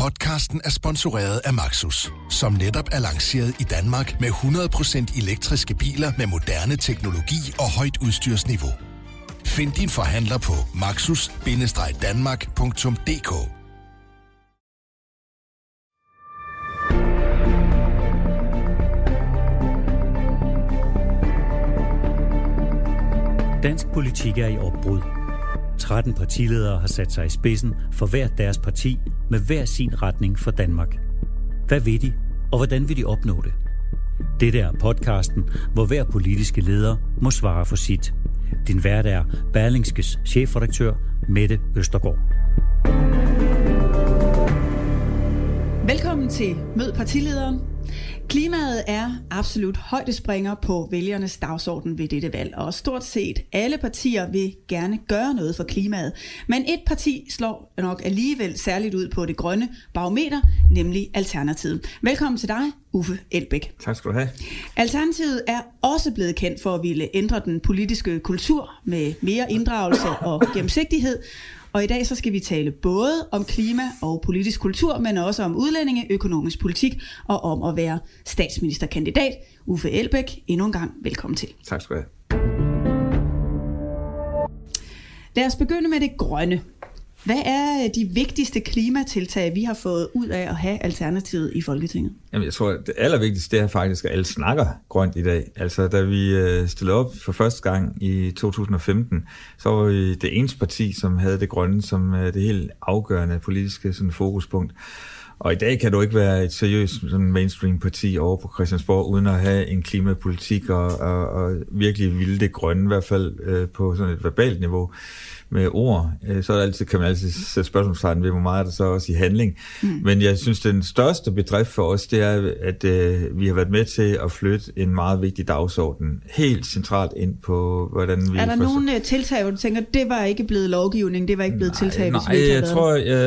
Podcasten er sponsoreret af Maxus, som netop er lanceret i Danmark med 100% elektriske biler med moderne teknologi og højt udstyrsniveau. Find din forhandler på maxus-danmark.dk. Dansk politik er i opbrud. 13 partiledere har sat sig i spidsen for hver deres parti med hver sin retning for Danmark. Hvad vil de, og hvordan vil de opnå det? Dette er podcasten, hvor hver politiske leder må svare for sit. Din vært er Berlingskes chefredaktør Mette Østergaard. Velkommen til Mød partilederen. Klimaet er absolut højdespringer på vælgernes dagsorden ved dette valg, og stort set alle partier vil gerne gøre noget for klimaet. Men et parti slår nok alligevel særligt ud på det grønne barometer, nemlig Alternativet. Velkommen til dig, Uffe Elbæk. Tak skal du have. Alternativet er også blevet kendt for at ville ændre den politiske kultur med mere inddragelse og gennemsigtighed. Og i dag så skal vi tale både om klima og politisk kultur, men også om udlændinge, økonomisk politik og om at være statsministerkandidat. Uffe Elbæk, endnu en gang velkommen til. Tak skal du have. Lad os begynde med det grønne. Hvad er de vigtigste klimatiltag, vi har fået ud af at have Alternativet i Folketinget? Jamen, jeg tror, det allervigtigste er faktisk, at alle snakker grønt i dag. Altså, da vi stillede op for første gang i 2015, så var vi det eneste parti, som havde det grønne som det helt afgørende politiske sådan, fokuspunkt. Og i dag kan du ikke være et seriøst sådan mainstream parti over på Christiansborg, uden at have en klimapolitik og virkelig ville det grønne, i hvert fald på sådan et verbalt niveau. Med ord, så kan man altid sætte spørgsmålstegn ved, hvor meget er der så også i handling. Men jeg synes, den største bedrift for os, det er, at vi har været med til at flytte en meget vigtig dagsorden helt centralt ind på, hvordan vi... Er der nogle tiltag, hvor du tænker, det var ikke blevet lovgivning, det var ikke blevet tiltag, hvis vi ikke havde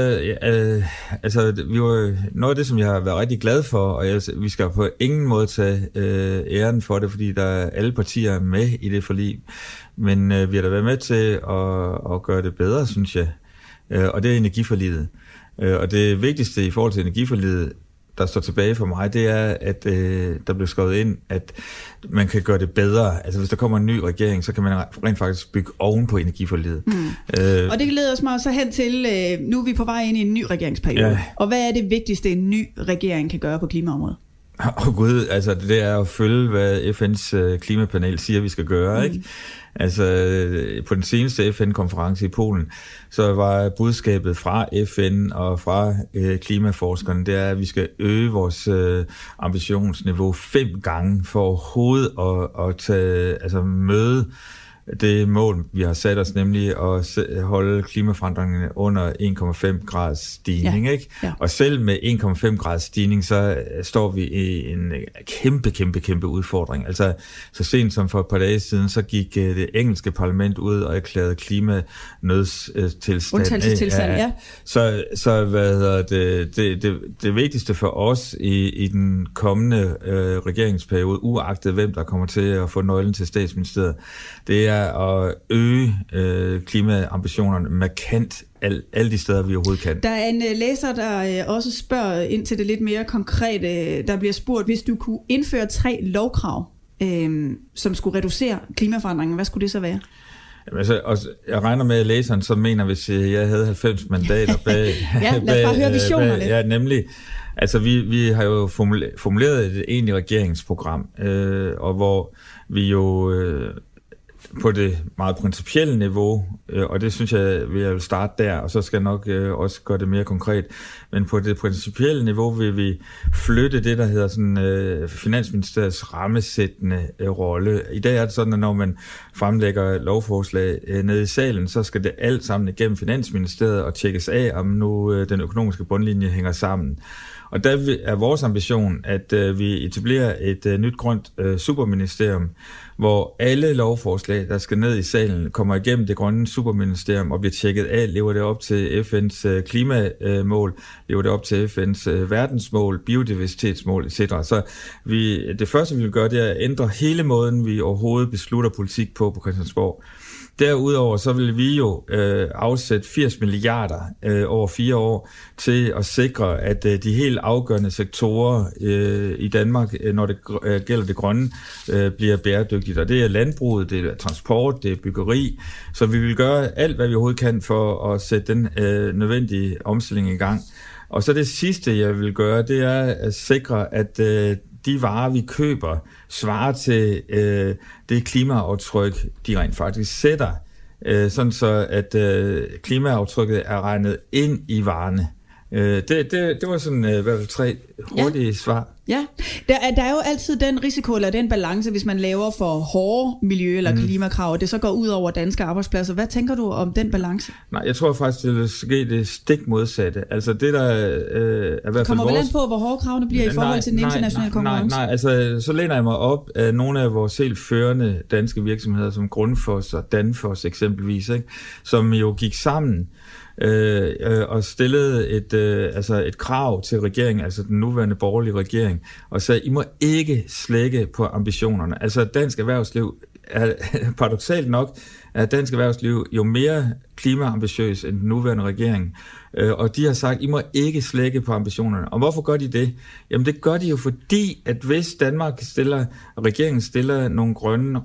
været? Noget af det, som jeg har været rigtig glad for, og vi skal på ingen måde tage æren for det, fordi der er alle partier med i det forlig. Men vi har da været med til at gøre det bedre, synes jeg. Og det er energiforliget. Og det vigtigste i forhold til energiforliget, der står tilbage for mig, det er, at der blev skrevet ind, at man kan gøre det bedre. Altså hvis der kommer en ny regering, så kan man rent faktisk bygge oven på energiforliget. Og det leder os mig så hen til, nu er vi på vej ind i en ny regeringsperiode. Ja. Og hvad er det vigtigste, en ny regering kan gøre på klimaområdet? Gud, altså det er at følge, hvad FN's klimapanel siger, vi skal gøre, ikke? Altså, på den seneste FN-konference i Polen, så var budskabet fra FN og fra klimaforskerne, det er, at vi skal øge vores ambitionsniveau 5 gange for overhovedet at møde det mål, vi har sat os, nemlig at holde klimaforandringerne under 1,5 graders stigning. Ikke? Ja. Og selv med 1,5 graders stigning, så står vi i en kæmpe udfordring. Altså, så sent som for et par dage siden, så gik det engelske parlament ud og erklærede klimanødstilstand. Undtagelsestilstand, ja. Så det vigtigste for os i den kommende regeringsperiode, uagtet hvem der kommer til at få nøglen til statsministeriet, det er at øge klimaambitionerne markant alle de steder, vi overhovedet kan. Der er en læser, der også spørger ind til det lidt mere konkret. Der bliver spurgt, hvis du kunne indføre 3 lovkrav, som skulle reducere klimaforandringen, hvad skulle det så være? Jamen, altså, jeg regner med, at læseren så mener, hvis jeg havde 90 mandater bag... ja, lad os bare høre visionerne. Ja, nemlig. Altså, vi har jo formuleret et egentligt regeringsprogram, og hvor vi jo... på det meget principielle niveau, og det synes jeg vil starte der, og så skal jeg nok også gøre det mere konkret, men på det principielle niveau vil vi flytte det, der hedder sådan Finansministeriets rammesættende rolle. I dag er det sådan, at når man fremlægger lovforslag nede i salen, så skal det alt sammen igennem Finansministeriet og tjekkes af, om nu den økonomiske bundlinje hænger sammen. Og der er vores ambition, at vi etablerer et nyt grønt superministerium, hvor alle lovforslag, der skal ned i salen, kommer igennem det grønne superministerium og bliver tjekket af, lever det op til FN's klimamål, lever det op til FN's verdensmål, biodiversitetsmål etc. Så det første, vi vil gøre, det er at ændre hele måden, vi overhovedet beslutter politik på Christiansborg. Derudover så vil vi jo afsætte 80 milliarder over 4 år til at sikre, at de helt afgørende sektorer i Danmark, når det gælder det grønne, bliver bæredygtigt. Og det er landbruget, det er transport, det er byggeri. Så vi vil gøre alt, hvad vi overhovedet kan for at sætte den nødvendige omstilling i gang. Og så det sidste, jeg vil gøre, det er at sikre, at de varer, vi køber, svarer til det klimaaftryk, de rent faktisk sætter, sådan så at klimaaftrykket er regnet ind i varerne. Det var sådan i hvert fald 3 hurtige svar. Ja, der er jo altid den risiko eller den balance, hvis man laver for hårde miljø- eller klimakrav, og det så går ud over danske arbejdspladser. Hvad tænker du om den balance? Nej, jeg tror faktisk, det vil ske det stik modsatte. Altså det, der er i hvert fald kommer vel an på, hvor hårde kravene bliver i forhold til den internationale konkurrence? Nej, altså så læner jeg mig op af nogle af vores helt førende danske virksomheder, som Grundfos og Danfoss eksempelvis, ikke? Som jo gik sammen og stillede et krav til regeringen, altså den nuværende borgerlige regering, og sagde, I må ikke slække på ambitionerne. Altså dansk erhvervsliv er paradoksalt nok, at dansk erhvervsliv jo mere klimaambitiøs end den nuværende regering. Og de har sagt, I må ikke slække på ambitionerne. Og hvorfor gør de det? Jamen det gør de jo fordi, at hvis regeringen stiller nogle grønne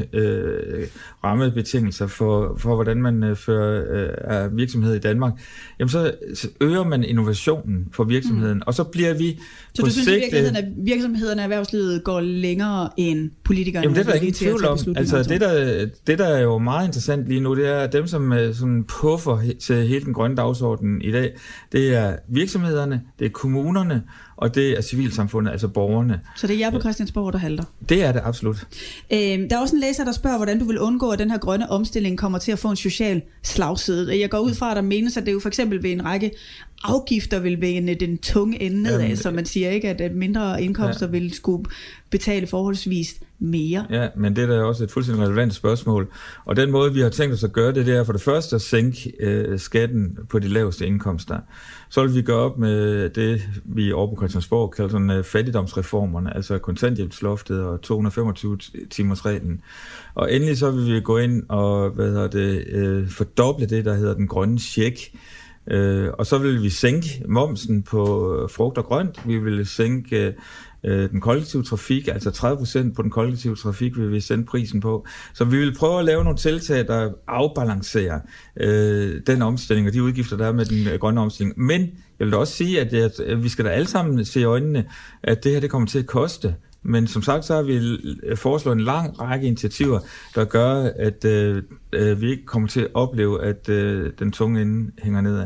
rammebetingelser for hvordan man fører virksomhed i Danmark, jamen så øger man innovationen for virksomheden, og så bliver vi så du synes i virkeligheden, at virksomhederne og erhvervslivet går længere end politikerne? Jamen det er der ingen tvivl om. Altså det der er jo meget interessant lige nu, det er dem, som sådan puffer til hele den grønne dagsorden i dag. Det er virksomhederne, det er kommunerne, og det er civilsamfundet, altså borgerne. Så det er jer på Christiansborg, der halter? Det er det absolut. Der er også en læser, der spørger, hvordan du vil undgå, at den her grønne omstilling kommer til at få en social slagside. Jeg går ud fra, at der menes, at det jo for eksempel ved en række afgifter vil vende den tunge ende nedad, så man siger ikke, at mindre indkomster vil skulle betale forholdsvis mere. Ja, men det er da også et fuldstændig relevant spørgsmål. Og den måde, vi har tænkt os at gøre det, det er for det første at sænke skatten på de laveste indkomster. Så vil vi gøre op med det, vi over på Christiansborg kalder sådan fattigdomsreformerne, altså kontanthjælpsloftet og 225-timersreglen. Og endelig så vil vi gå ind og fordoble det, der hedder den grønne check. Og så vil vi sænke momsen på frugt og grønt. Vi vil sænke den kollektive trafik, altså 30% på den kollektive trafik vil vi sende prisen på. Så vi vil prøve at lave nogle tiltag, der afbalancerer den omstilling og de udgifter, der er med den grønne omstilling. Men jeg vil da også sige, at vi skal da alle sammen se i øjnene, at det her det kommer til at koste. Men som sagt, så har vi foreslået en lang række initiativer, der gør, at vi ikke kommer til at opleve, at den tunge ende hænger nedad.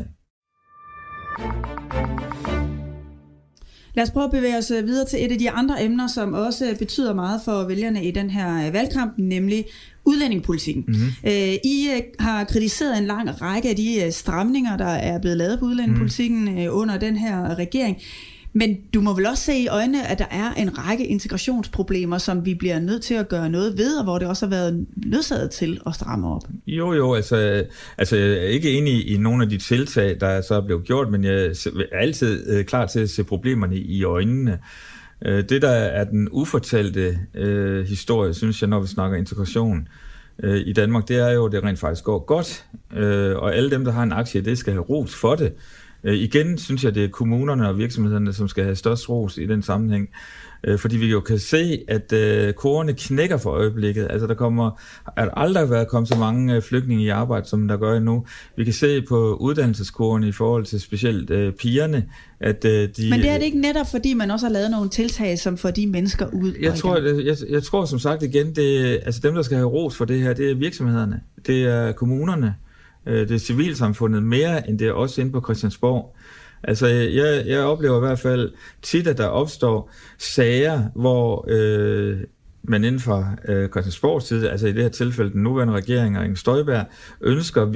Lad os prøve at bevæge os videre til et af de andre emner, som også betyder meget for vælgerne i den her valgkamp, nemlig udlændingepolitikken. Mm-hmm. I har kritiseret en lang række af de stramninger, der er blevet lavet på udlændingepolitikken under den her regering. Men du må vel også se i øjnene, at der er en række integrationsproblemer, som vi bliver nødt til at gøre noget ved, og hvor det også har været nødsaget til at stramme op. Jo, altså jeg er ikke enig i nogle af de tiltag, der så er blevet gjort, men jeg er altid klar til at se problemerne i øjnene. Det, der er den ufortalte historie, synes jeg, når vi snakker integration i Danmark, det er jo, at det rent faktisk går godt, og alle dem, der har en aktie, det skal have ros for det. Igen synes jeg, det er kommunerne og virksomhederne, som skal have størst ros i den sammenhæng. Fordi vi jo kan se, at kurverne knækker for øjeblikket. Altså der aldrig været kommet så mange flygtninge i arbejde, som der gør nu. Vi kan se på uddannelseskurverne i forhold til specielt pigerne, at de... Men det er det ikke netop, fordi man også har lavet nogle tiltag, som får de mennesker ud? Jeg tror som sagt igen, altså dem, der skal have ros for det her, det er virksomhederne. Det er kommunerne. Det er civilsamfundet mere, end det er også inde på Christiansborg. Altså, jeg oplever i hvert fald tit, at der opstår sager, hvor man inden for Christiansborgs side, altså i det her tilfælde den nuværende regering og Inger Støjberg, ønsker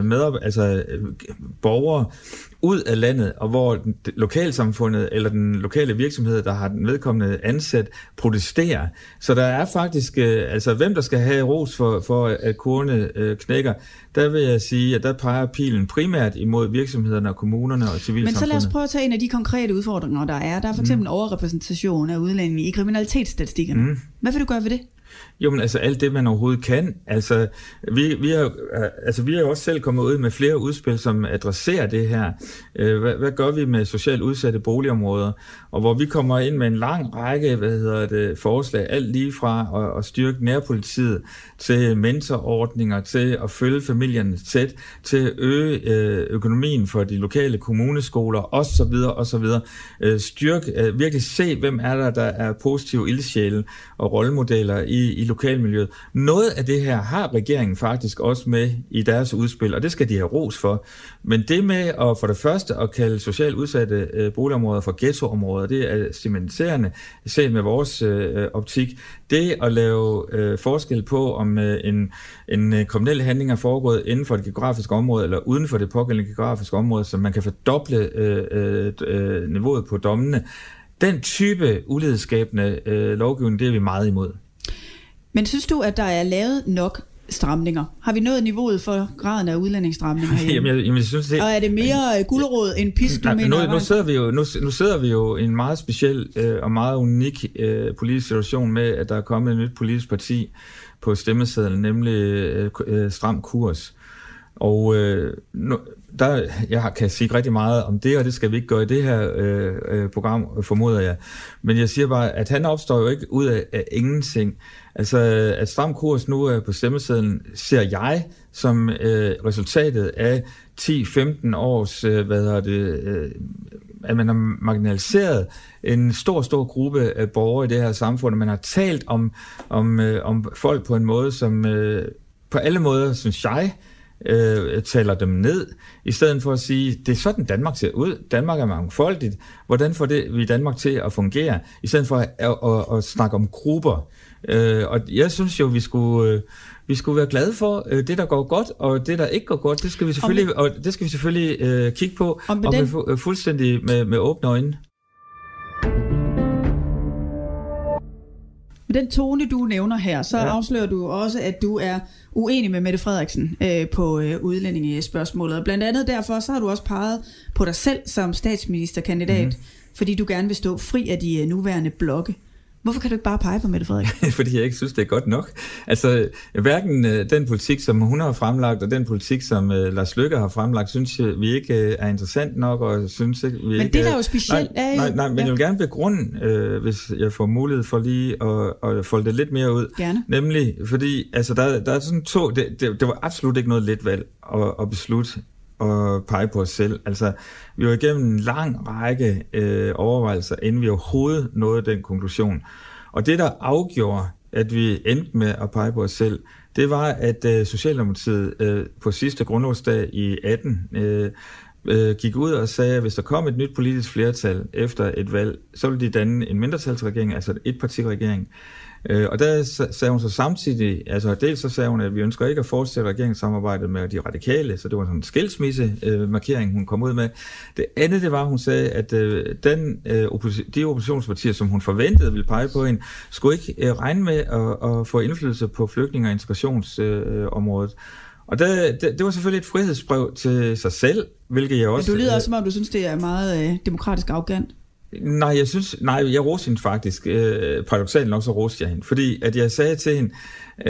borgere ud af landet, og hvor lokalsamfundet eller den lokale virksomhed, der har den vedkommende ansat, protesterer. Så der er faktisk, hvem der skal have ros for at kurvene knækker, der vil jeg sige, at der peger pilen primært imod virksomhederne og kommunerne og civilsamfundet. Men så lad os prøve at tage en af de konkrete udfordringer, der er. Der er for eksempel en overrepræsentation af udlændinge i kriminalitetsstatistikkerne. Hvad vil du gøre ved det? Jo, men altså alt det, man overhovedet kan. Altså, vi er jo også selv kommet ud med flere udspil, som adresserer det her. Hvad gør vi med socialt udsatte boligområder? Og hvor vi kommer ind med en lang række, forslag, alt lige fra at styrke nærpolitiet, til mentorordninger, til at følge familierne tæt, til at øge økonomien for de lokale kommuneskoler, osv. Styrke, virkelig se, hvem er der er positive ildsjæle og rollemodeller i lokalmiljøet. Noget af det her har regeringen faktisk også med i deres udspil, og det skal de have ros for. Men det med at for det første at kalde socialt udsatte boligområder for ghettoområder, det er cementerende, set med vores optik. Det at lave forskel på, om en kriminel handling er foregået inden for det geografiske område, eller uden for det pågældende geografiske område, så man kan fordoble niveauet på dommene. Den type ulighedsskabende lovgivning, det er vi meget imod. Men synes du, at der er lavet nok stramninger? Har vi nået niveauet for graden af udlændingsstramninger herhjemme? Jamen, jeg synes, det... Og er det mere gulerod end pisk, du mener? Nu sidder vi jo i en meget speciel og meget unik politisk situation med, at der er kommet et nyt politisk parti på stemmesedlen, nemlig Stram Kurs. Og jeg kan sige rigtig meget om det, og det skal vi ikke gøre i det her program, formoder jeg. Men jeg siger bare, at han opstår jo ikke ud af ingenting. Altså, at Stram Kurs nu er på stemmesedlen, ser jeg som resultatet af 10-15 års, at man har marginaliseret en stor gruppe af borgere i det her samfund, og man har talt om folk på en måde, som på alle måder, synes jeg, taler dem ned, i stedet for at sige, det er sådan Danmark ser ud. Danmark er mangfoldigt. Hvordan får vi Danmark til at fungere? I stedet for at snakke om grupper. Og jeg synes jo, vi skulle være glade for det, der går godt, og det, der ikke går godt, det skal vi selvfølgelig, kigge på, og med fuldstændig med åbne øjne. Med den tone, du nævner her, så afslører du også, at du er uenig med Mette Frederiksen på udlændingespørgsmålet. Og blandt andet derfor, så har du også peget på dig selv som statsministerkandidat, fordi du gerne vil stå fri af de nuværende blokke. Hvorfor kan du ikke bare pege på Mette Frederiksen? Fordi jeg ikke synes, det er godt nok. Altså, hverken den politik, som hun har fremlagt, og den politik, som Lars Løkke har fremlagt, synes vi ikke er interessant nok, og synes ikke, vi men ikke... det der er jo specielt... Nej, men jeg vil gerne begrunde, hvis jeg får mulighed for lige at folde det lidt mere ud. Gerne. Nemlig, fordi altså, der er sådan to... Det var absolut ikke noget let valg at beslutte og pege på os selv. Altså, vi var igennem en lang række overvejelser, inden vi overhovedet nåede den konklusion. Og det, der afgjorde, at vi endte med at pege på os selv, det var, at Socialdemokratiet på sidste grundlovsdag i 18 gik ud og sagde, at hvis der kom et nyt politisk flertal efter et valg, så ville de danne en mindretalsregering, altså et etpartiregering. Og der sagde hun så samtidig, altså dels så sagde hun, at vi ønsker ikke at fortsætte regeringssamarbejdet med de radikale, så det var sådan en skilsmisse-markering, hun kom ud med. Det andet, det var, hun sagde, at de oppositionspartier, som hun forventede ville pege på hende, skulle ikke regne med at få indflydelse på flygtninge- og integrationsområdet. Og det var selvfølgelig et frihedsbrev til sig selv, hvilket jeg også... Men du lyder også, som om du synes, det er meget demokratisk arrogant. Nej, jeg roste hende faktisk. Paradoksalt nok så roste jeg hende. Fordi at jeg sagde til hende,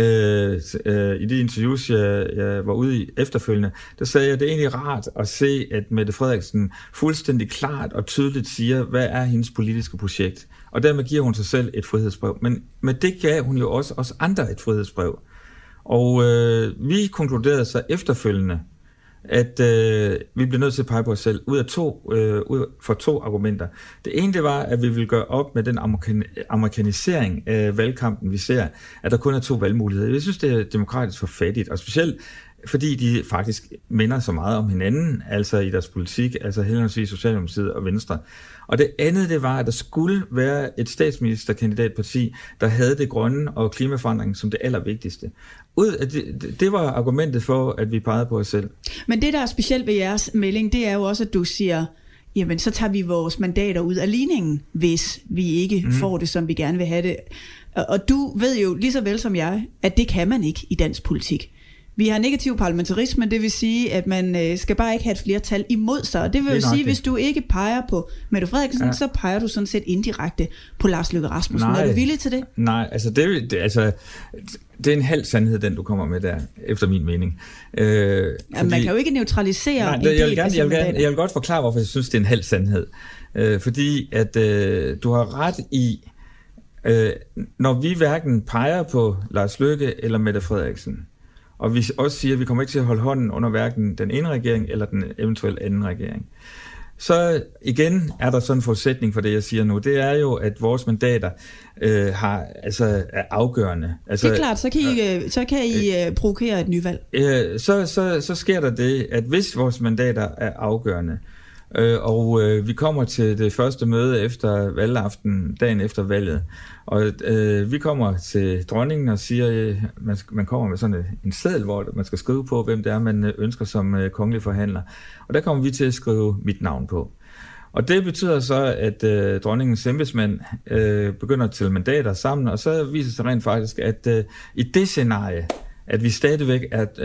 i de interviews, jeg var ude i efterfølgende, der sagde jeg, at det er egentlig rart at se, at Mette Frederiksen fuldstændig klart og tydeligt siger, hvad er hendes politiske projekt. Og dermed giver hun sig selv et frihedsbrev. Men med det gav hun jo også andre et frihedsbrev. Og vi konkluderede så efterfølgende, at vi blev nødt til at pege på os selv ud for to argumenter. Det ene, det var, at vi ville gøre op med den amerikanisering af valgkampen, vi ser, at der kun er 2 valgmuligheder. Jeg synes, det er demokratisk for fattigt, og specielt fordi de faktisk minder så meget om hinanden, altså i deres politik, altså henholdsvis Socialdemokratiet og Venstre. Og det andet, det var, at der skulle være et statsministerkandidatparti, der havde det grønne og klimaforandringen som det allervigtigste. Det var argumentet for, at vi pegede på os selv. Men det, der er specielt ved jeres melding, det er jo også, at du siger, jamen så tager vi vores mandater ud af ligningen, hvis vi ikke får det, som vi gerne vil have det. Og du ved jo lige så vel som jeg, at det kan man ikke i dansk politik. Vi har negativ parlamentarisme, det vil sige, at man skal bare ikke have et flertal imod sig. Og det vil jo sige, at hvis du ikke peger på Mette Frederiksen, så peger du sådan set indirekte på Lars Løkke Rasmussen. Er du villig til det? Nej, altså det er en halv sandhed, den du kommer med der, efter min mening. Man kan jo ikke neutralisere en del jeg vil godt forklare, hvorfor jeg synes, det er en halv sandhed. Fordi at du har ret i, når vi hverken peger på Lars Løkke eller Mette Frederiksen, og vi også siger, at vi kommer ikke til at holde hånden under hverken den ene regering eller den eventuelt anden regering. Så igen er der sådan en forudsætning for det, jeg siger nu. Det er jo, at vores mandater er afgørende. Altså, det er klart, så kan I provokere et nyvalg. Så sker der det, at hvis vores mandater er afgørende, og vi kommer til det første møde efter valgaften, dagen efter valget, og vi kommer til dronningen og siger, man kommer med sådan en seddel, hvor man skal skrive på, hvem det er, man ønsker som kongelig forhandler. Og der kommer vi til at skrive mit navn på. Og det betyder så, at dronningens embedsmænd begynder at tælle mandater sammen, og så viser det sig rent faktisk, at i det scenarie, at vi stadigvæk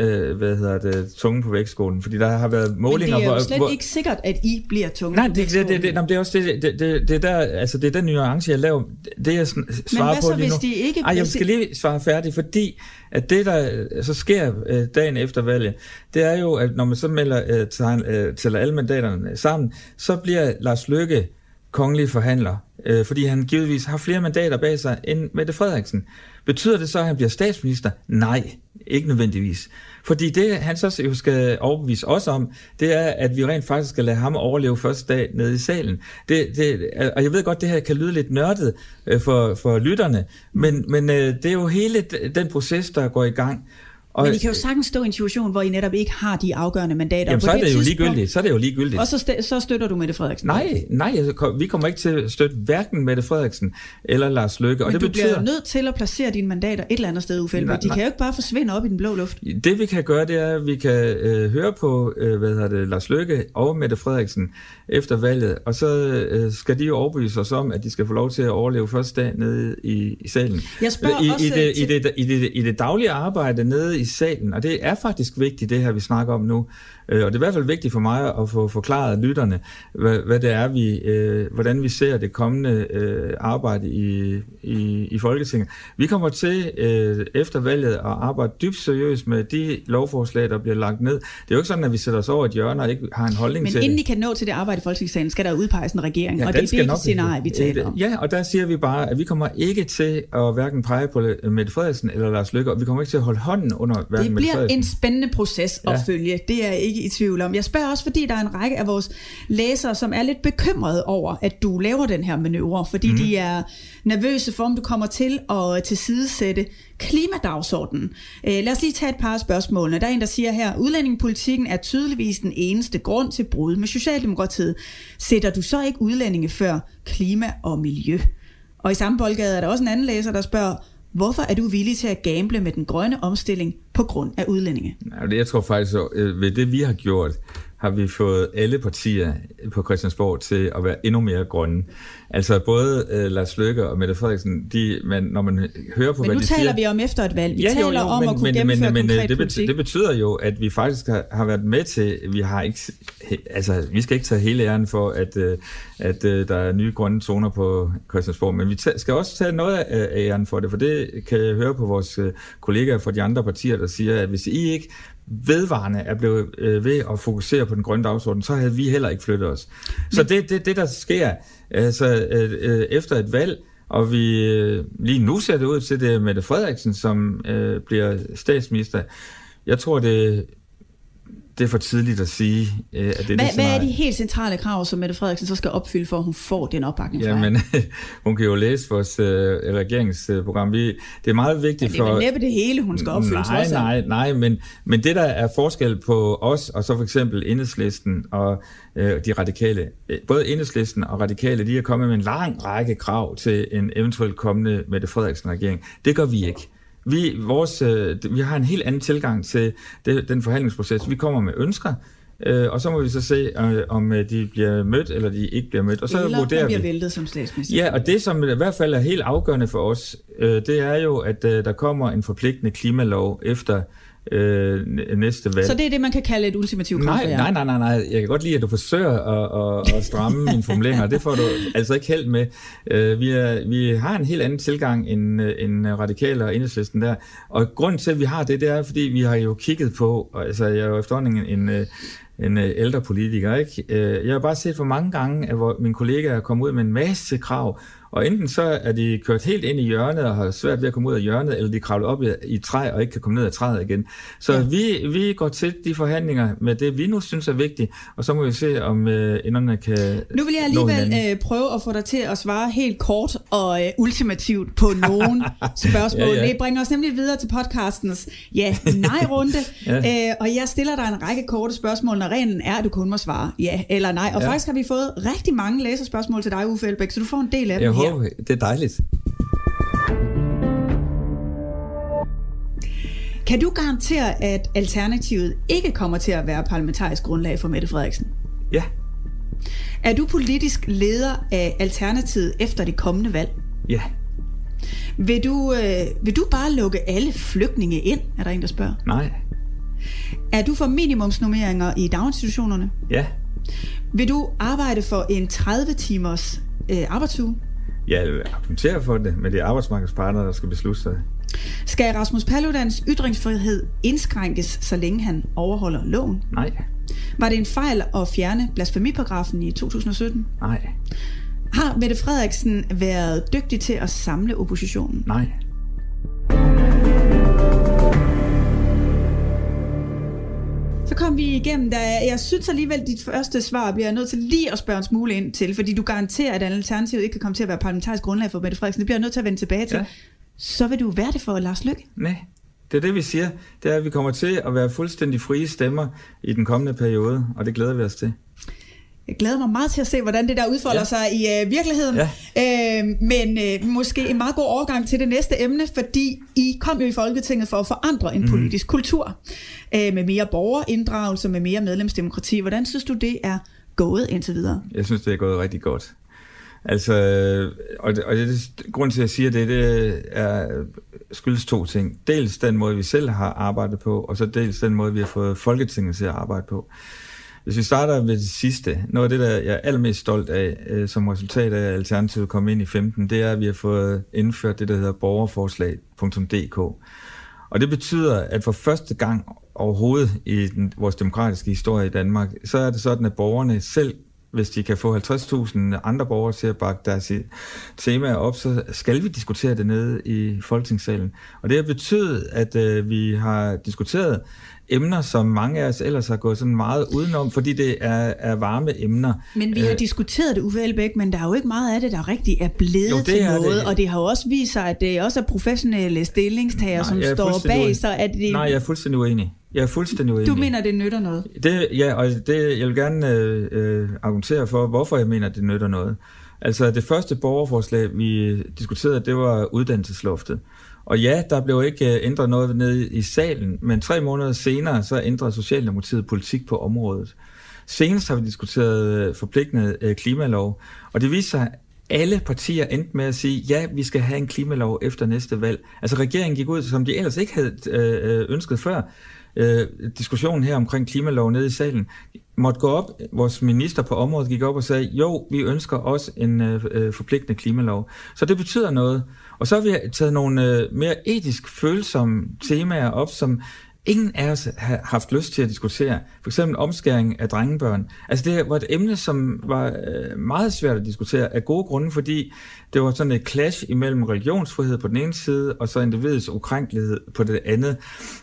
er tunge på vægtskålen, fordi der har været målinger... Men det er jo slet ikke sikkert, at I bliver tunge på vægtskålen. Nej, det er også det der, altså det er den nuance, jeg laver, det jeg svarer på lige nu. Men hvad så, hvis de ikke... jeg skal lige svare færdigt, fordi at det, der så sker dagen efter valget, det er jo, at når man så tæller alle mandaterne sammen, så bliver Lars Løkke kongelig forhandler, fordi han givetvis har flere mandater bag sig end Mette Frederiksen. Betyder det så, at han bliver statsminister? Nej, ikke nødvendigvis. Fordi det, han så jo skal overbevise os om, det er, at vi rent faktisk skal lade ham overleve første dag nede i salen. Og jeg ved godt, det her kan lyde lidt nørdet for lytterne, men det er jo hele den proces, der går i gang. Men I kan jo sagtens stå i en situation, hvor I netop ikke har de afgørende mandater. Jamen, så er det jo ligegyldigt. Og så støtter du Mette Frederiksen? Nej, vi kommer ikke til at støtte hverken Mette Frederiksen eller Lars Løkke. Men du bliver nødt til at placere dine mandater et eller andet sted, Uffe Elbæk. De kan jo ikke bare forsvinde op i den blå luft. Det vi kan gøre, det er, at vi kan høre på Lars Løkke og Mette Frederiksen efter valget, og så skal de jo overbevise os om, at de skal få lov til at overleve første dag nede i salen. Jeg spørger i det daglige arbejde nede i salen, og det er faktisk vigtigt, det her vi snakker om nu, og det er i hvert fald vigtigt for mig at få forklaret lytterne, hvad det er, hvordan vi ser det kommende arbejde i Folketinget. Vi kommer til efter valget at arbejde dybt seriøst med de lovforslag, der bliver lagt ned. Det er jo ikke sådan, at vi sætter os over et hjørne og ikke har en holdning til det. Men inden I kan nå til det arbejde i Folketingssalen, skal der udpeges en regering, og det er det scenarie, vi taler om. Ja, og der siger vi bare, at vi kommer ikke til at hverken pege på Mette Frederiksen eller Lars Løkke, og vi kommer ikke til at holde hånden under hverken Mette Frederiksen. Det bliver en spændende proces at følge, det er jeg ikke i tvivl om. Jeg spørger også, fordi der er en række af vores læsere, som er lidt bekymrede over, at du laver den her manøvre, fordi de er nervøse for, om du kommer til at tilsidesætte klimadagsordenen. Lad os lige tage et par af spørgsmålene. Der er en, der siger her, udlændingepolitikken er tydeligvis den eneste grund til brud med Socialdemokratiet. Sætter du så ikke udlændinge før klima og miljø? Og i samme boldgade er der også en anden læser, der spørger, hvorfor er du villig til at gamble med den grønne omstilling på grund af udlændinge? Jeg tror faktisk, at ved det vi har gjort, har vi fået alle partier på Christiansborg til at være endnu mere grønne. Altså både Lars Løkke og Mette Frederiksen, når man hører på, hvad de siger... Men nu taler vi om efter et valg. Vi taler om at kunne gennemføre konkret politik. Det betyder jo, at vi faktisk har været med til... Vi skal ikke tage hele æren for, at der er nye grønne zoner på Christiansborg, men vi skal også tage noget af æren for det, for det kan jeg høre på vores kollegaer fra de andre partier, der siger, at hvis I ikke vedvarende er blevet ved at fokusere på den grønne dagsorden, så havde vi heller ikke flyttet os. Så det der sker, altså efter et valg, og vi lige nu ser det ud til det Mette Frederiksen, som bliver statsminister. Jeg tror, det er for tidligt at sige, at det er Hvad er de helt centrale krav, som Mette Frederiksen så skal opfylde, for at hun får den opbakning fra? Jamen, hun kan jo læse vores regeringsprogram. Det er meget vigtigt for... Men det er vel næppe det hele, hun skal opfylde. Nej, men det, der er forskel på os, og så for eksempel Enhedslisten og de radikale, både Enhedslisten og radikale, de er kommet med en lang række krav til en eventuelt kommende Mette Frederiksen-regering. Det gør vi ikke. Vi har en helt anden tilgang til den forhandlingsproces. Vi kommer med ønsker, og så må vi så se, om de bliver mødt, eller de ikke bliver mødt. Og så eller vurderer bliver væltet som statsminister. Ja, og det, som i hvert fald er helt afgørende for os, det er jo, at der kommer en forpligtende klimalov efter næste valg. Så det er det, man kan kalde et ultimativt krav? Nej. Jeg kan godt lide, at du forsøger at stramme mine formuleringer, det får du altså ikke held med. Vi har en helt anden tilgang end Radikale og Enhedslisten der, og grunden til, at vi har det er, fordi vi har jo kigget på, altså jeg er jo efterhånden en ældre politiker, ikke? Jeg har bare set for mange gange, at mine kollegaer er kommet ud med en masse krav, og enten så er de kørt helt ind i hjørnet og har svært ved at komme ud af hjørnet, eller de kravlet op i et træ og ikke kan komme ned af træet igen. Så vi går til de forhandlinger med det, vi nu synes er vigtigt, og så må vi se, om enderne kan. Nu vil jeg alligevel prøve at få dig til at svare helt kort og ultimativt på nogle spørgsmål. Ja. Det bringer os nemlig videre til podcastens nej-runde, og jeg stiller dig en række korte spørgsmål, når reglen er, at du kun må svare ja eller nej. Og faktisk har vi fået rigtig mange læserspørgsmål til dig, Uffe Elbæk, så du får en del af dem. Jeg håber, det er dejligt. Kan du garantere, at Alternativet ikke kommer til at være parlamentarisk grundlag for Mette Frederiksen? Ja. Er du politisk leder af Alternativet efter det kommende valg? Ja. Vil du bare lukke alle flygtninge ind, er der en, der spørger? Nej. Er du for minimumsnormeringer i daginstitutionerne? Ja. Vil du arbejde for en 30-timers arbejdsuge? Jeg vil argumentere for det, men det er arbejdsmarkedspartnere, der skal beslutte sig. Skal Rasmus Paludans ytringsfrihed indskrænkes, så længe han overholder loven? Nej. Var det en fejl at fjerne blasfemiparagrafen i 2017? Nej. Har Mette Frederiksen været dygtig til at samle oppositionen? Nej. Så kom vi igennem, jeg synes alligevel, dit første svar bliver nødt til lige at spørge en smule ind til, fordi du garanterer, at Alternativet ikke kan komme til at være parlamentarisk grundlag for Mette Frederiksen. Det bliver nødt til at vende tilbage til. Ja. Så vil du være det for Lars Løkke? Nej, det er det, vi siger. Det er, at vi kommer til at være fuldstændig frie stemmer i den kommende periode, og det glæder vi os til. Jeg glæder mig meget til at se, hvordan det der udfolder sig i virkeligheden. Ja. Men måske en meget god overgang til det næste emne, fordi I kom jo i Folketinget for at forandre en politisk kultur. Med mere borgerinddragelse, med mere medlemsdemokrati. Hvordan synes du, det er gået indtil videre? Jeg synes, det er gået rigtig godt. Altså, og det grund til, at jeg siger det er skyldes to ting. Dels den måde, vi selv har arbejdet på, og så dels den måde, vi har fået Folketinget til at arbejde på. Hvis vi starter med det sidste, noget af det, der jeg er allermest stolt af, som resultat af Alternativet kom ind i 15, det er, at vi har fået indført det, der hedder borgerforslag.dk. Og det betyder, at for første gang overhovedet i vores demokratiske historie i Danmark, så er det sådan, at borgerne selv, hvis de kan få 50.000 andre borgere til at bakke deres temaer op, så skal vi diskutere det nede i Folketingssalen. Og det har betydet, at vi har diskuteret emner, som mange af os ellers har gået sådan meget udenom, fordi det er varme emner. Men vi har diskuteret det, Uffe Elbæk, men der er jo ikke meget af det, der rigtig er blevet til noget, og det har jo også vist sig, at det også er professionelle stillingstager, som står bag, så at det... Nej, jeg er fuldstændig uenig. Du mener, det nytter noget? Jeg vil gerne argumentere for, hvorfor jeg mener, det nytter noget. Altså, det første borgerforslag, vi diskuterede, det var uddannelsesloftet. Og ja, der blev ikke ændret noget nede i salen, men 3 måneder senere, så ændrede Socialdemokratiet politik på området. Senest har vi diskuteret forpligtende klimalov, og det viser sig, alle partier endte med at sige, ja, vi skal have en klimalov efter næste valg. Altså, regeringen gik ud, som de ellers ikke havde ønsket før. Diskussionen her omkring klimalov nede i salen måtte gå op. Vores minister på området gik op og sagde, jo, vi ønsker også en forpligtende klimalov. Så det betyder noget. Og så har vi taget nogle mere etisk følsomme temaer op, som ingen af os har haft lyst til at diskutere. For eksempel omskæring af drengebørn. Altså det var et emne, som var meget svært at diskutere af gode grunde, fordi det var sådan et clash imellem religionsfrihed på den ene side, og så individets ukrænkelighed på det andet,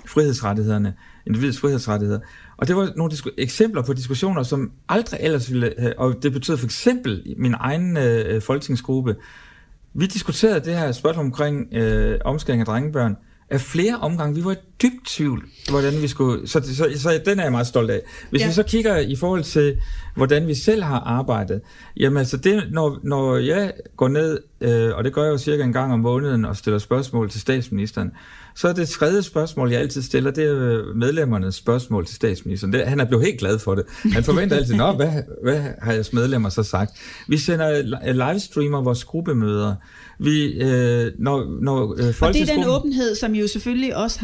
individets frihedsrettigheder. Og det var nogle eksempler på diskussioner, som aldrig ellers ville have, og det betød for eksempel min egen folketingsgruppe. Vi diskuterede det her spørgsmål omkring omskæring af drengebørn af flere omgange. Vi var dybt tvivl, hvordan vi skulle... Så den er jeg meget stolt af. Hvis vi så kigger i forhold til, hvordan vi selv har arbejdet, jamen altså det, når jeg går ned, og det gør jeg jo cirka en gang om måneden, og stiller spørgsmål til statsministeren, så er det tredje spørgsmål, jeg altid stiller, det er medlemmernes spørgsmål til statsministeren. Han er blevet helt glad for det. Han forventer altid, hvad har jeres medlemmer så sagt? Vi sender livestreamer vores gruppemøder. Og det er den åbenhed, som jo selvfølgelig også har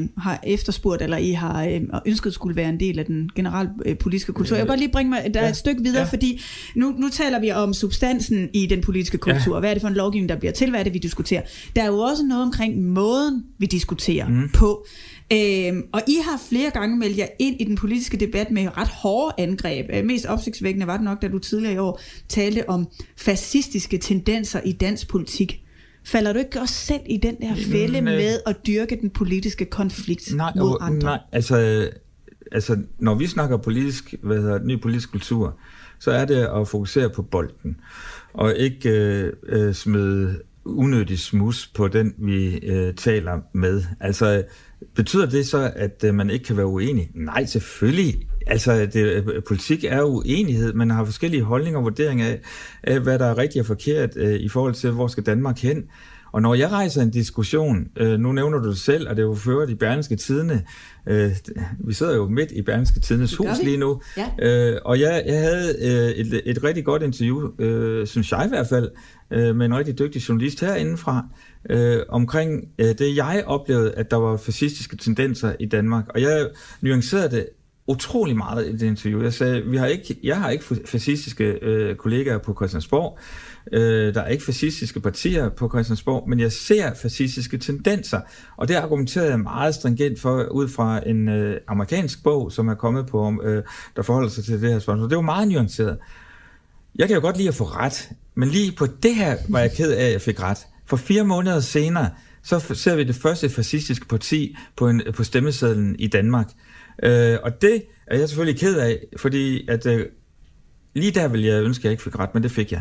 har efterspurgt, eller I har ønsket skulle være en del af den generelle politiske kultur. Jeg vil godt lige bringe mig et stykke videre, fordi nu taler vi om substansen i den politiske kultur. Hvad er det for en lovgivning, der bliver til? Hvad er det, vi diskuterer? Der er jo også noget omkring måden, vi diskuterer på. Og I har flere gange meldt jer ind i den politiske debat med ret hårde angreb. Mest opsigtsvækkende var det nok, da du tidligere i år talte om fascistiske tendenser i dansk politik. Falder du ikke også selv i den der fælde med at dyrke den politiske konflikt mod andre? Nej, altså når vi snakker ny politisk kultur, så er det at fokusere på bolden, og ikke smide unødig smus på den, vi taler med. Altså, betyder det så, at man ikke kan være uenig? Nej, selvfølgelig. Altså, politik er uenighed. Man har forskellige holdninger og vurderinger af, hvad der er rigtigt og forkert i forhold til, hvor skal Danmark hen. Og når jeg rejser en diskussion, nu nævner du det selv, og det er jo ført i Berlingske Tidende, vi sidder jo midt i Berlingske Tidendes hus lige nu, og jeg havde et rigtig godt interview, synes jeg i hvert fald, med en rigtig dygtig journalist herindefra, omkring det, jeg oplevede, at der var fascistiske tendenser i Danmark. Og jeg nuancerede det utrolig meget i det interview. Jeg sagde, jeg har ikke fascistiske kollegaer på Christiansborg, der er ikke fascistiske partier på Christiansborg, men jeg ser fascistiske tendenser. Og det argumenterede jeg meget stringent for, ud fra en amerikansk bog, som er kommet på, der forholder sig til det her spørgsmål. Det var meget nuanceret. Jeg kan jo godt lide at få ret, men lige på det her var jeg ked af, at jeg fik ret. For 4 måneder senere, så ser vi det første fascistiske parti på stemmesedlen i Danmark. Og det er jeg selvfølgelig ked af, fordi at lige der ville jeg ønske, at jeg ikke fik ret, men det fik jeg.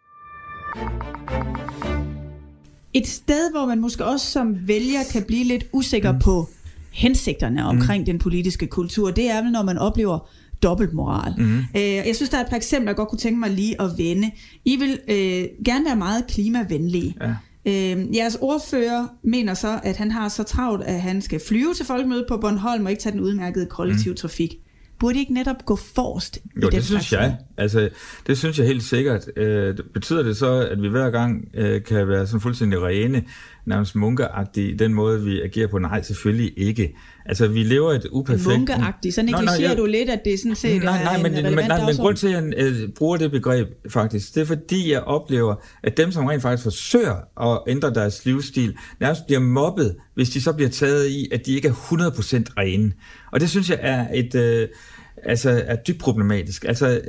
Et sted, hvor man måske også som vælger kan blive lidt usikker på hensigterne omkring den politiske kultur, det er vel, når man oplever dobbeltmoral. Jeg synes, der er et par eksempler, jeg godt kunne tænke mig lige at vende. I vil gerne være meget klimavenlige. Jeres ordfører mener så, at han har så travlt, at han skal flyve til folkemødet på Bornholm og ikke tage den udmærkede kollektiv trafik. Burde I ikke netop gå forrest? Jo, det synes jeg. Altså, det synes jeg helt sikkert. Betyder det så, at vi hver gang kan være sådan fuldstændig rene, nærmest munkeagtige i den måde, vi agerer på? Nej, selvfølgelig ikke. Altså, vi lever et uperfekt... Munkeagtigt? Så negligerer du lidt, at det sådan set er en relevant dagsorden? Men grund til, at jeg bruger det begreb, faktisk, det er fordi, jeg oplever, at dem, som rent faktisk forsøger at ændre deres livsstil, nærmest bliver mobbet, hvis de så bliver taget i, at de ikke er 100% rene. Og det synes jeg er er dybt problematisk.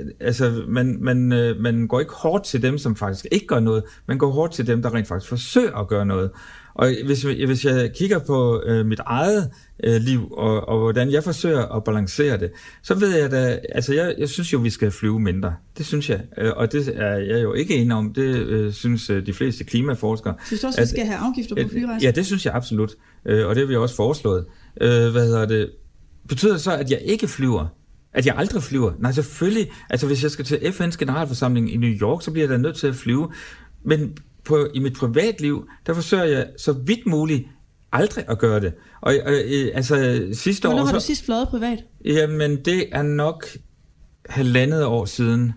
Man går ikke hårdt til dem, som faktisk ikke gør noget, man går hårdt til dem, der rent faktisk forsøger at gøre noget. Og hvis jeg kigger på mit eget liv, og hvordan jeg forsøger at balancere det, så ved jeg da, jeg synes jo, vi skal flyve mindre. Det synes jeg, og det er jeg jo ikke enig om. Det synes de fleste klimaforskere. Synes du også, vi skal have afgifter på flyrejser? Ja, det synes jeg absolut, og det har vi også foreslået. Betyder det så, at jeg ikke flyver? At jeg aldrig flyver? Nej, selvfølgelig. Altså, hvis jeg skal til FN's generalforsamling i New York, så bliver jeg da nødt til at flyve. Men i mit privatliv, der forsøger jeg så vidt muligt aldrig at gøre det. Og sidste år... Hvornår har du sidst fløjet privat? Jamen, det er nok 1,5 år siden.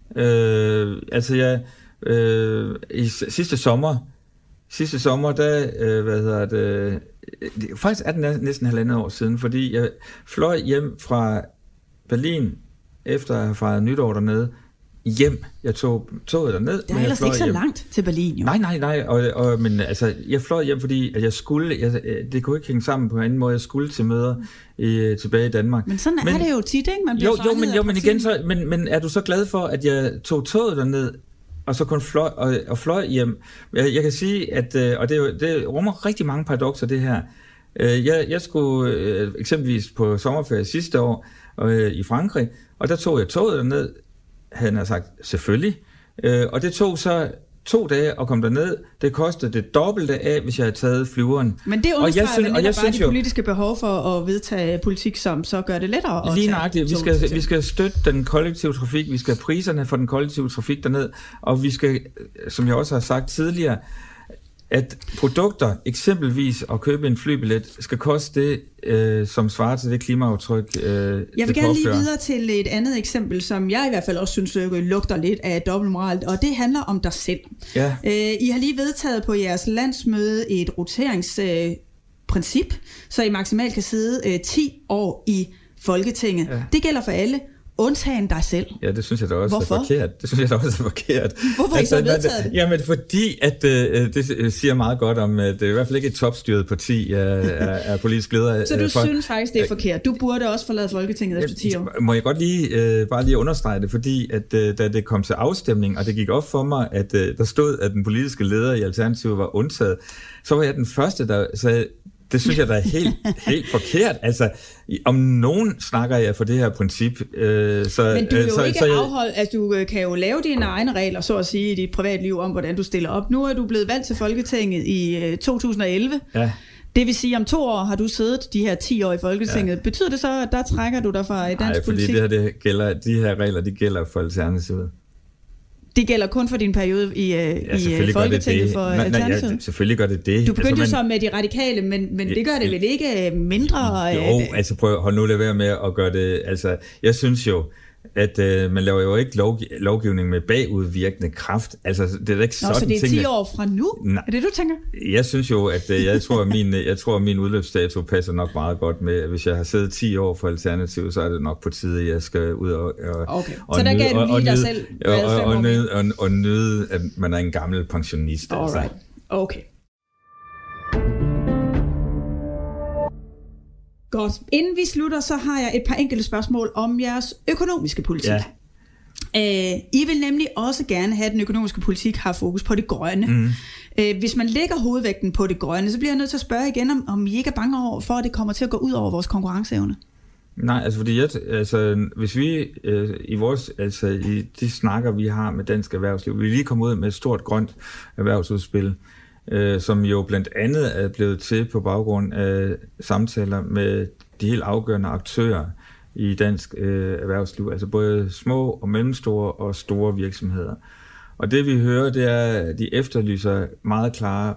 Sidste sommer, der... faktisk er det næsten 1,5 år siden, fordi jeg fløj hjem fra Berlin, efter at have fejret nytår dernede, hjem. Jeg tog toget derned. Det er ellers ikke så langt til Berlin, jo. Nej. Men jeg fløj hjem, fordi at jeg skulle... det kunne ikke hænge sammen på en anden måde. Jeg skulle til møder tilbage i Danmark. Men sådan er det jo tit, ikke? Man bliver men igen så... Men er du så glad for, at jeg tog toget derned, og så kun fløj hjem? Jeg kan sige, at... og det rummer rigtig mange paradokser, det her. Jeg skulle eksempelvis på sommerferie sidste år i Frankrig, og der tog jeg toget derned, havde han sagt, selvfølgelig. Og det tog så 2 dage at komme derned. Det kostede det dobbelte af, hvis jeg havde taget flyveren. Men det understreger vel bare de politiske behov for at vedtage politik, som så gør det lettere at lige nøjagtigt. Vi skal støtte den kollektive trafik, vi skal have priserne for den kollektive trafik derned, og vi skal, som jeg også har sagt tidligere, at produkter, eksempelvis at købe en flybillet, skal koste det, som svarer til det klimaaftryk, jeg vil gerne lige videre til et andet eksempel, som jeg i hvert fald også synes lugter lidt af dobbeltmoral, og det handler om dig selv. Ja. I har lige vedtaget på jeres landsmøde et princip, så I maksimalt kan sidde 10 år i Folketinget. Ja. Det gælder for alle, undtagen dig selv. Ja, det synes jeg da også er forkert. Det synes jeg da også er forkert. Hvorfor er I så vedtaget det? Jamen, fordi at det siger meget godt om, at det er i hvert fald ikke et topstyret parti af politisk leder. Så du synes faktisk, det er forkert? Du burde også forlade Folketinget efter 10 år? Må jeg godt bare lige understrege det, fordi at da det kom til afstemning, og det gik op for mig, at der stod, at den politiske leder i Alternativet var undtaget, så var jeg den første, der sagde, det synes jeg da er helt forkert. Altså, om nogen snakker jeg for det her princip. Men du er jo ikke afholdt, altså du kan jo lave dine egne regler, så at sige, i dit privatliv om, hvordan du stiller op. Nu er du blevet valgt til Folketinget i 2011. Ja. Det vil sige, om 2 år har du siddet de her 10 år i Folketinget. Ja. Betyder det så, at der trækker du dig fra dansk politik? Nej, fordi de her regler, de gælder for Alternativet. Det gælder kun for din periode i Folketinget for Alternativet? Ja, selvfølgelig gør det det. Du begyndte jo så med de radikale, men det gør det vel ikke mindre? Jo, altså prøv at holde nu være med at gøre det. Altså, jeg synes jo, at man laver jo ikke lovgivning med bagudvirkende kraft. Altså, det er da ikke sådan ting. Så det er 10 år fra nu? Nej. Er det, du tænker? Jeg synes jo, at jeg tror, at min udløbsdato passer nok meget godt med, at hvis jeg har siddet 10 år for Alternativet, så er det nok på tide, at jeg skal ud så der gav du lige dig selv og nyde, at man er en gammel pensionist. Alright. Altså. Okay. Godt. Inden vi slutter, så har jeg et par enkelte spørgsmål om jeres økonomiske politik. Ja. I vil nemlig også gerne have, at den økonomiske politik har fokus på det grønne. Mm. Hvis man lægger hovedvægten på det grønne, så bliver jeg nødt til at spørge igen, om I ikke er bange over for, at det kommer til at gå ud over vores konkurrenceevne. Nej, altså fordi hvis vi i de snakker, vi har med dansk erhvervsliv, vi lige komme ud med et stort grønt erhvervsudspil, som jo blandt andet er blevet til på baggrund af samtaler med de helt afgørende aktører i dansk erhvervsliv, altså både små og mellemstore og store virksomheder. Og det vi hører, det er, at de efterlyser meget klare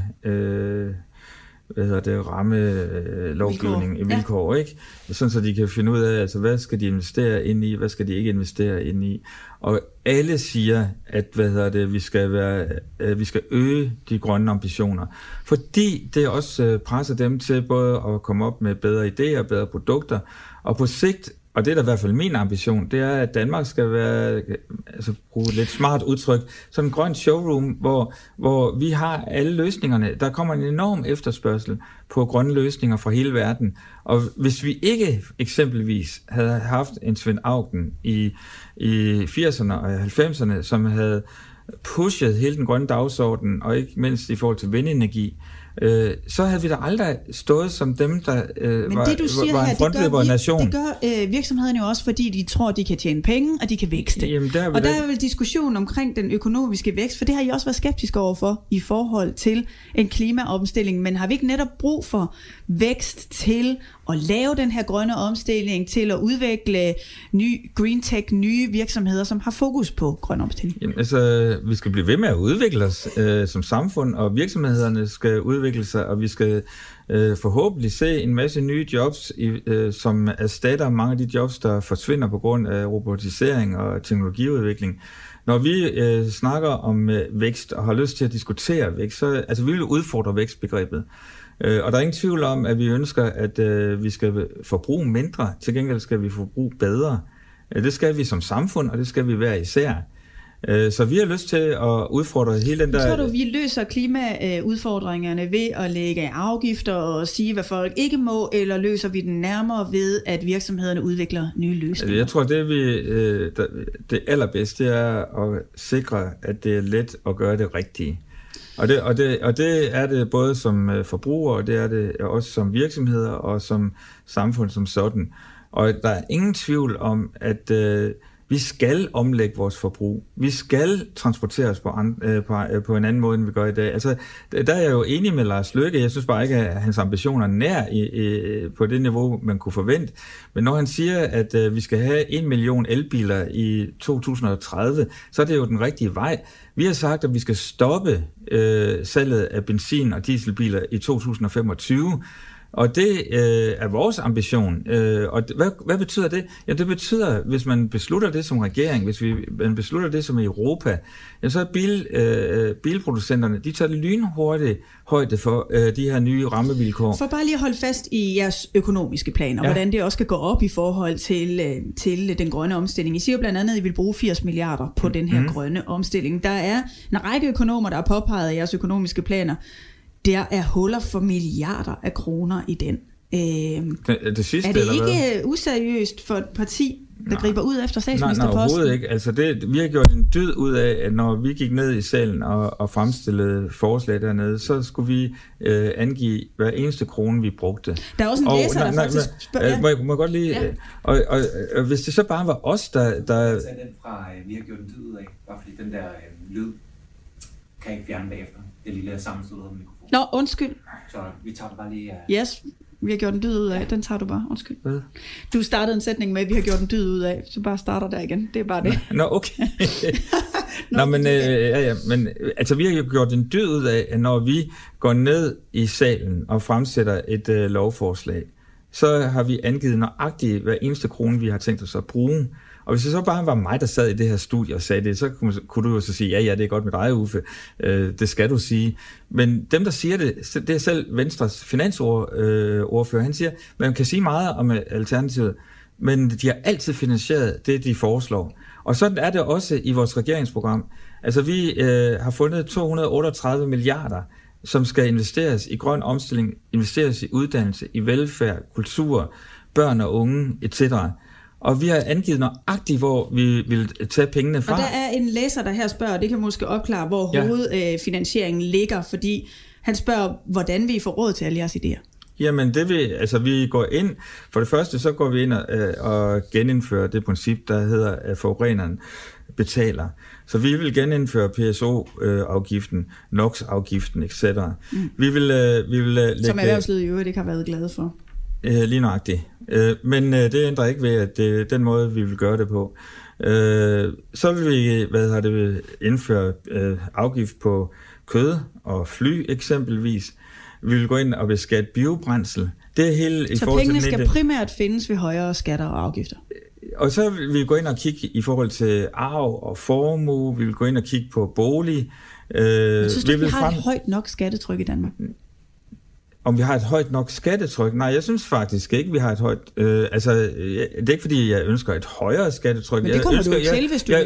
rammelovgivning i vilkår, ikke? Sådan så de kan finde ud af, altså hvad skal de investere ind i, hvad skal de ikke investere ind i. Og alle siger, at vi skal øge de grønne ambitioner, fordi det også presser dem til både at komme op med bedre idéer, bedre produkter, og på sigt, og det er da i hvert fald min ambition, det er, at Danmark skal være, altså bruge et lidt smart udtryk, sådan en grøn showroom, hvor vi har alle løsningerne. Der kommer en enorm efterspørgsel på grønne løsninger fra hele verden. Og hvis vi ikke eksempelvis havde haft en Svend Auken i 80'erne og 90'erne, som havde pushet hele den grønne dagsorden, og ikke mindst i forhold til vindenergi, så havde vi da aldrig stået som dem, der var en frontløber nation. Det gør virksomhederne jo også, fordi de tror, de kan tjene penge, og de kan vækste. Jamen, der er vel diskussion omkring den økonomiske vækst, for det har I også været skeptiske overfor i forhold til en klimaomstilling. Men har vi ikke netop brug for vækst til at lave den her grønne omstilling, til at udvikle ny green tech, nye virksomheder, som har fokus på grøn omstilling? Jamen, altså, vi skal blive ved med at udvikle os som samfund, og virksomhederne skal udvikle sig, og vi skal forhåbentlig se en masse nye jobs, som erstatter mange af de jobs, der forsvinder på grund af robotisering og teknologiudvikling. Når vi snakker om vækst og har lyst til at diskutere vækst, så altså, vi vil udfordre vækstbegrebet. Og der er ingen tvivl om, at vi ønsker, at vi skal forbruge mindre. Til gengæld skal vi forbruge bedre. Det skal vi som samfund, og det skal vi hver især. Så vi har lyst til at udfordre hele den der... Tror du, vi løser klimaudfordringerne ved at lægge afgifter og sige, hvad folk ikke må, eller løser vi den nærmere ved, at virksomhederne udvikler nye løsninger? Jeg tror, det allerbedste er at sikre, at det er let at gøre det rigtige. Og det er det både som forbruger, og det er det også som virksomheder og som samfund som sådan. Og der er ingen tvivl om, at vi skal omlægge vores forbrug. Vi skal transportere os på en anden måde, end vi gør i dag. Altså, der er jeg jo enig med Lars Løkke. Jeg synes bare ikke, at hans ambitioner nær på det niveau, man kunne forvente. Men når han siger, at vi skal have 1 million elbiler i 2030, så er det jo den rigtige vej. Vi har sagt, at vi skal stoppe salget af benzin- og dieselbiler i 2025. Og det er vores ambition. Og hvad betyder det? Ja, det betyder, hvis man beslutter det som regering, hvis man beslutter det som i Europa, ja, så er bilproducenterne, de tager lynhurtigt højde for de her nye rammevilkår. For bare lige at holde fast i jeres økonomiske planer, hvordan det også skal gå op i forhold til den grønne omstilling. I siger jo blandt andet, at I vil bruge 80 milliarder på den her grønne omstilling. Der er en række økonomer, der har påpeget jeres økonomiske planer. Der er huller for milliarder af kroner i den. Det sidste, er det ikke useriøst for et parti, der griber ud efter statsministerposten? Nej, overhovedet ikke. Altså vi har gjort en dyd ud af, at når vi gik ned i salen og fremstillede forslag dernede, så skulle vi angive hver eneste krone, vi brugte. Der er også en læser, der faktisk spørger... Må jeg godt lige... Ja. Og hvis det så bare var os, der... Jeg tager den fra, vi har gjort en dyd ud af, bare fordi den der lyd kan ikke fjerne bagefter. Det lille sammenstød af mikrofon. Nå, undskyld. Så vi tager det bare lige... Yes, vi har gjort en dyd ud af. Den tager du bare. Undskyld. Hvad? Du startede en sætning med, at vi har gjort en dyd ud af. Så bare starter der igen. Det er bare det. Nå, okay. Men altså vi har jo gjort en dyd ud af, at når vi går ned i salen og fremsætter et lovforslag, så har vi angivet nøjagtigt hver eneste krone, vi har tænkt os at bruge. Og hvis det så bare var mig, der sad i det her studie og sagde det, så kunne du jo så sige, ja, det er godt med dig, Uffe. Det skal du sige. Men dem, der siger det, det er selv Venstres finansordfører. Han siger, man kan sige meget om Alternativet, men de har altid finansieret det, de foreslår. Og sådan er det også i vores regeringsprogram. Altså, vi har fundet 238 milliarder, som skal investeres i grøn omstilling, investeres i uddannelse, i velfærd, kultur, børn og unge, etc., og vi har angivet nøjagtigt, hvor vi vil tage pengene fra. Og der er en læser, der her spørger, og det kan måske opklare, hvor hovedfinansieringen ligger, fordi han spørger, hvordan vi får råd til alle jeres idéer. Jamen, vi går ind, for det første, så går vi ind og genindfører det princip, der hedder, at forureneren betaler. Så vi vil genindføre PSO-afgiften, NOx-afgiften, etc. Vi vil lægge... Som erhvervslivet i øvrigt ikke har været glade for. Lige nøjagtigt. Men det ændrer ikke ved, at det er den måde, vi vil gøre det på. Så vil vi indføre afgift på kød og fly eksempelvis. Vi vil gå ind og beskatte biobrændsel. Det er hele så pengene skal primært findes ved højere skatter og afgifter? Og så vil vi gå ind og kigge i forhold til arv og formue. Vi vil gå ind og kigge på bolig. Synes du, vi har et højt nok skattetryk i Danmark? Om vi har et højt nok skattetryk? Nej, jeg synes faktisk ikke, vi har et højt... det er ikke, fordi jeg ønsker et højere skattetryk. Men det kommer du til, hvis du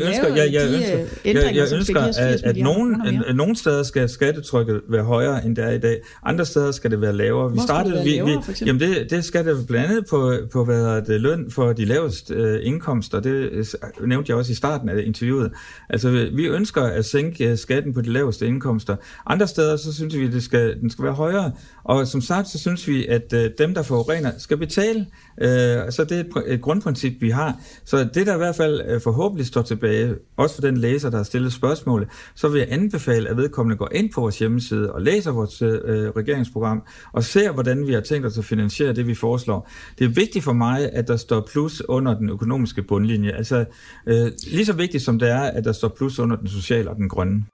jeg ønsker, at nogle steder skal skattetrykket være højere, end det er i dag. Andre steder skal det være lavere. Jamen det skal det blandt andet på løn for de laveste indkomster. Det nævnte jeg også i starten af interviewet. Altså, vi ønsker at sænke skatten på de laveste indkomster. Andre steder, så synes vi, at den skal være højere. Og som sagt, så synes vi, at dem, der forurener, skal betale. Så det er et grundprincip, vi har. Så det, der i hvert fald forhåbentlig står tilbage, også for den læser, der har stillet spørgsmålet, så vil jeg anbefale, at vedkommende går ind på vores hjemmeside og læser vores regeringsprogram og ser, hvordan vi har tænkt os at finansiere det, vi foreslår. Det er vigtigt for mig, at der står plus under den økonomiske bundlinje. Altså lige så vigtigt som det er, at der står plus under den sociale og den grønne.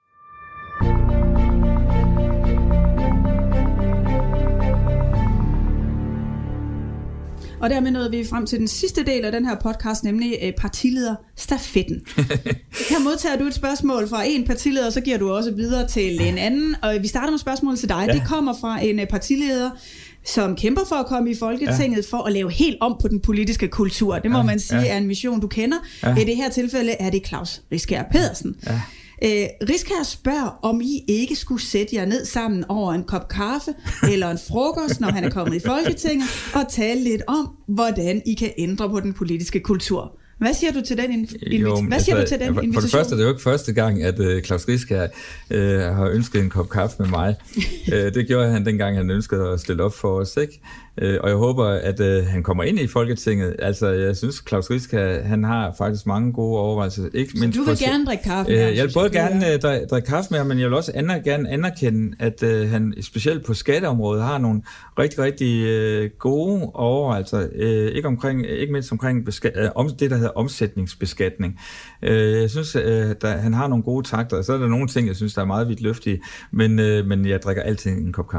Og dermed nåede vi frem til den sidste del af den her podcast, nemlig partilederstafetten. Her modtager du et spørgsmål fra en partileder, og så giver du også videre til en anden. Og vi starter med spørgsmålet til dig. Ja. Det kommer fra en partileder, som kæmper for at komme i Folketinget for at lave helt om på den politiske kultur. Det må man sige er en mission, du kender. I det her tilfælde er det Klaus Riskær Pedersen. Ja. Riskær spørger, om I ikke skulle sætte jer ned sammen over en kop kaffe eller en frokost, når han er kommet i Folketinget, og tale lidt om, hvordan I kan ændre på den politiske kultur. Hvad siger du til den invitation? For det første er det jo ikke første gang, at Klaus Riskær har ønsket en kop kaffe med mig. Det gjorde han dengang, han ønskede at stille op for os, ikke? Og jeg håber, at han kommer ind i Folketinget. Altså, jeg synes, Klaus Riskær, han har faktisk mange gode overvejelser. Ikke mindst du vil gerne drikke kaffe med ham? Jeg vil både gerne drikke kaffe med ham, men jeg vil også gerne anerkende, at han specielt på skatteområdet har nogle rigtig, rigtig gode overvejelser. Ikke mindst omkring det, der hedder omsætningsbeskatning. Jeg synes, at han har nogle gode takter, og så er der nogle ting, jeg synes, der er meget vidtløftige, men jeg drikker altid en kop kaffe.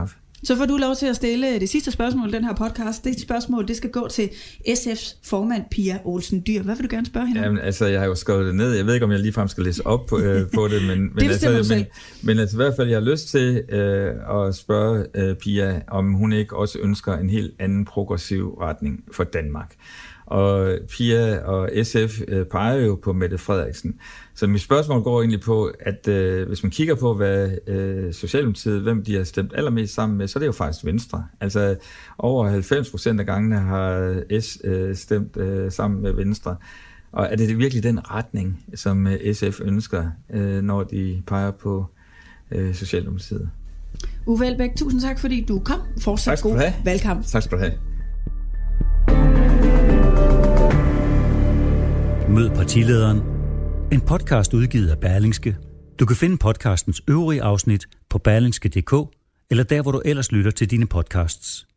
Så får du lov til at stille det sidste spørgsmål i den her podcast. Det spørgsmål, det skal gå til SF's formand, Pia Olsen Dyhr. Hvad vil du gerne spørge hende? Jamen, altså, jeg har jo skrevet det ned. Jeg ved ikke, om jeg ligefrem skal læse op på det, men i hvert fald, jeg har lyst til at spørge Pia, om hun ikke også ønsker en helt anden progressiv retning for Danmark. Og Pia og SF peger jo på Mette Frederiksen. Så mit spørgsmål går egentlig på, at hvis man kigger på, hvad Socialdemokratiet, hvem de har stemt allermest sammen med, så er det jo faktisk Venstre. Altså over 90% af gangene har S stemt sammen med Venstre. Og er det virkelig den retning, som SF ønsker, når de peger på Socialdemokratiet? Uffe Elbæk, tusind tak, fordi du kom. Fortsat god valgkamp. Tak skal du have. Mød partilederen. En podcast udgivet af Berlingske. Du kan finde podcastens øvrige afsnit på berlingske.dk eller der, hvor du ellers lytter til dine podcasts.